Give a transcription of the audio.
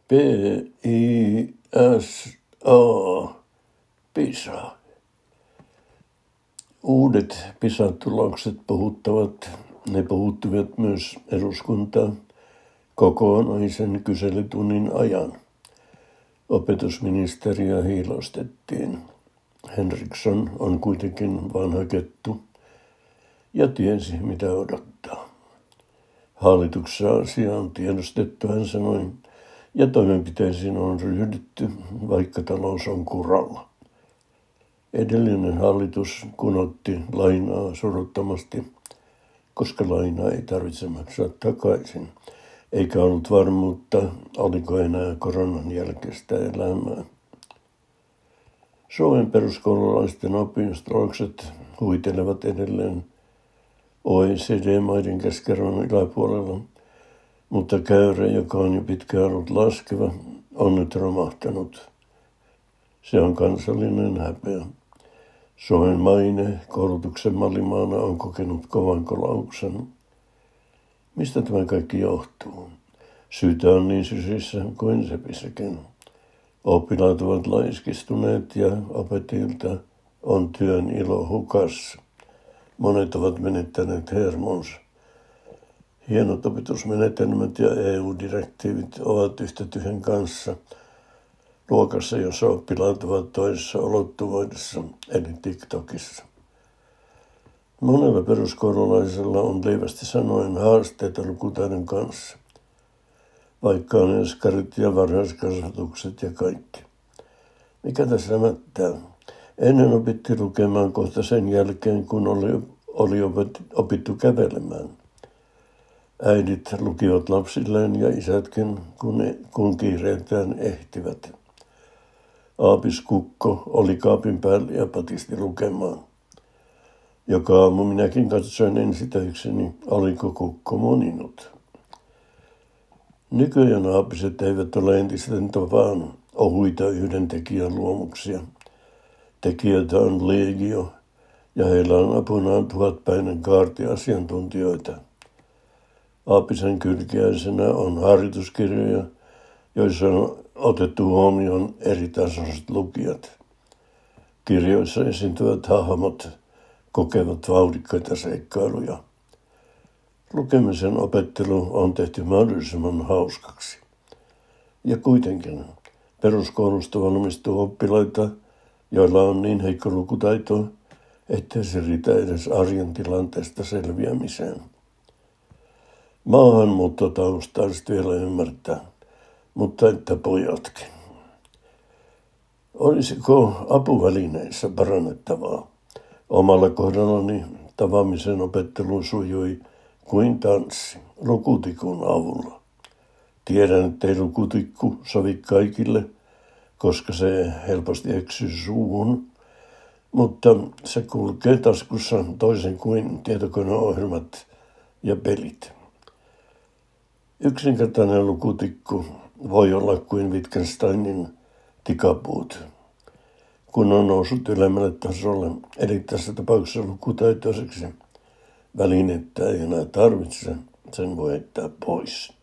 PISA. PISA. Uudet PISA-tulokset puhuttavat. Ne puhuttivat myös eduskuntaa kokonaisen kyselytunnin ajan. Opetusministeriä hiilostettiin. Henriksson on kuitenkin vanha kettu ja tiesi mitä odottaa. Hallituksessa asia on tiedostettu, hän sanoi, ja toimenpiteisiin on ryhdytty, vaikka talous on kuralla. Edellinen hallitus kunotti lainaa suruttomasti, koska lainaa ei tarvitse maksaa takaisin, eikä ollut varmuutta, oliko enää koronan jälkeistä elämää. Suomen peruskoululaisten oppimistulokset huitelevat edelleen OECD-maiden keskiarvon yläpuolella, mutta käyrä, joka on jo pitkään ollut laskeva, on nyt romahtanut. Se on kansallinen häpeä. Suomen maine koulutuksen mallimaana on kokenut kovan kolauksen. Mistä tämä kaikki johtuu? Syytä on niin sysissä kuin sepissäkin. Oppilaat ovat laiskistuneet ja opettajilta on työn ilo hukassa. Monet ovat menettäneet hermonsa. Hienot opetusmenetelmät ja EU-direktiivit ovat yhtä tyhjän kanssa luokassa, jossa oppilaat ovat toisessa ulottuvuudessa, eli TikTokissa. Monella peruskoululaisella on lievästi sanoen haasteita lukutaidon kanssa, vaikka on eskarit ja varhaiskasvatukset ja kaikki. Mikä tässä mättää? Ennen opittiin lukemaan kohta sen jälkeen, kun oli opittu kävelemään. Äidit lukivat lapsilleen ja isätkin, kun kiireiltään ehtivät. Aapis Kukko oli kaapin päällä ja patisti lukemaan. Joka aamu minäkin katsoin ensiteikseni, oliko Kukko moninut. Nykyään aapiset eivät ole entisten tapaan ohuita yhdentekijän luomuksia. Tekijöitä on legio ja heillä on apunaan 1000-päinen kaarti asiantuntijoita. Aapisen kylkiäisenä on harjoituskirjoja, joissa on otettu huomioon eri tasoiset lukijat. Kirjoissa esiintyvät hahmot kokevat vauhdikkaita seikkailuja. Lukemisen opettelu on tehty mahdollisimman hauskaksi. Ja kuitenkin peruskoulusta valmistuu oppilaita, joilla on niin heikko lukutaito, ettei se riitä edes arjen tilanteesta selviämiseen. Maahanmuuttotaustaiset vielä ymmärtää, mutta että pojatkin. Olisiko apuvälineissä parannettavaa? Omalla kohdallani tavaamisen opettelu sujui kuin tanssi lukutikun avulla. Tiedän, ettei lukutikku sovi kaikille, koska se helposti eksyy suuhun, mutta se kulkee taskussa toisin kuin tietokoneohjelmat ja pelit. Yksinkertainen lukutikku voi olla kuin Wittgensteinin tikapuut, kun on noussut ylemmälle tasolle, eli tässä tapauksessa lukutaitoiseksi. Välinettä ei enää tarvitse, sen voi heittää pois.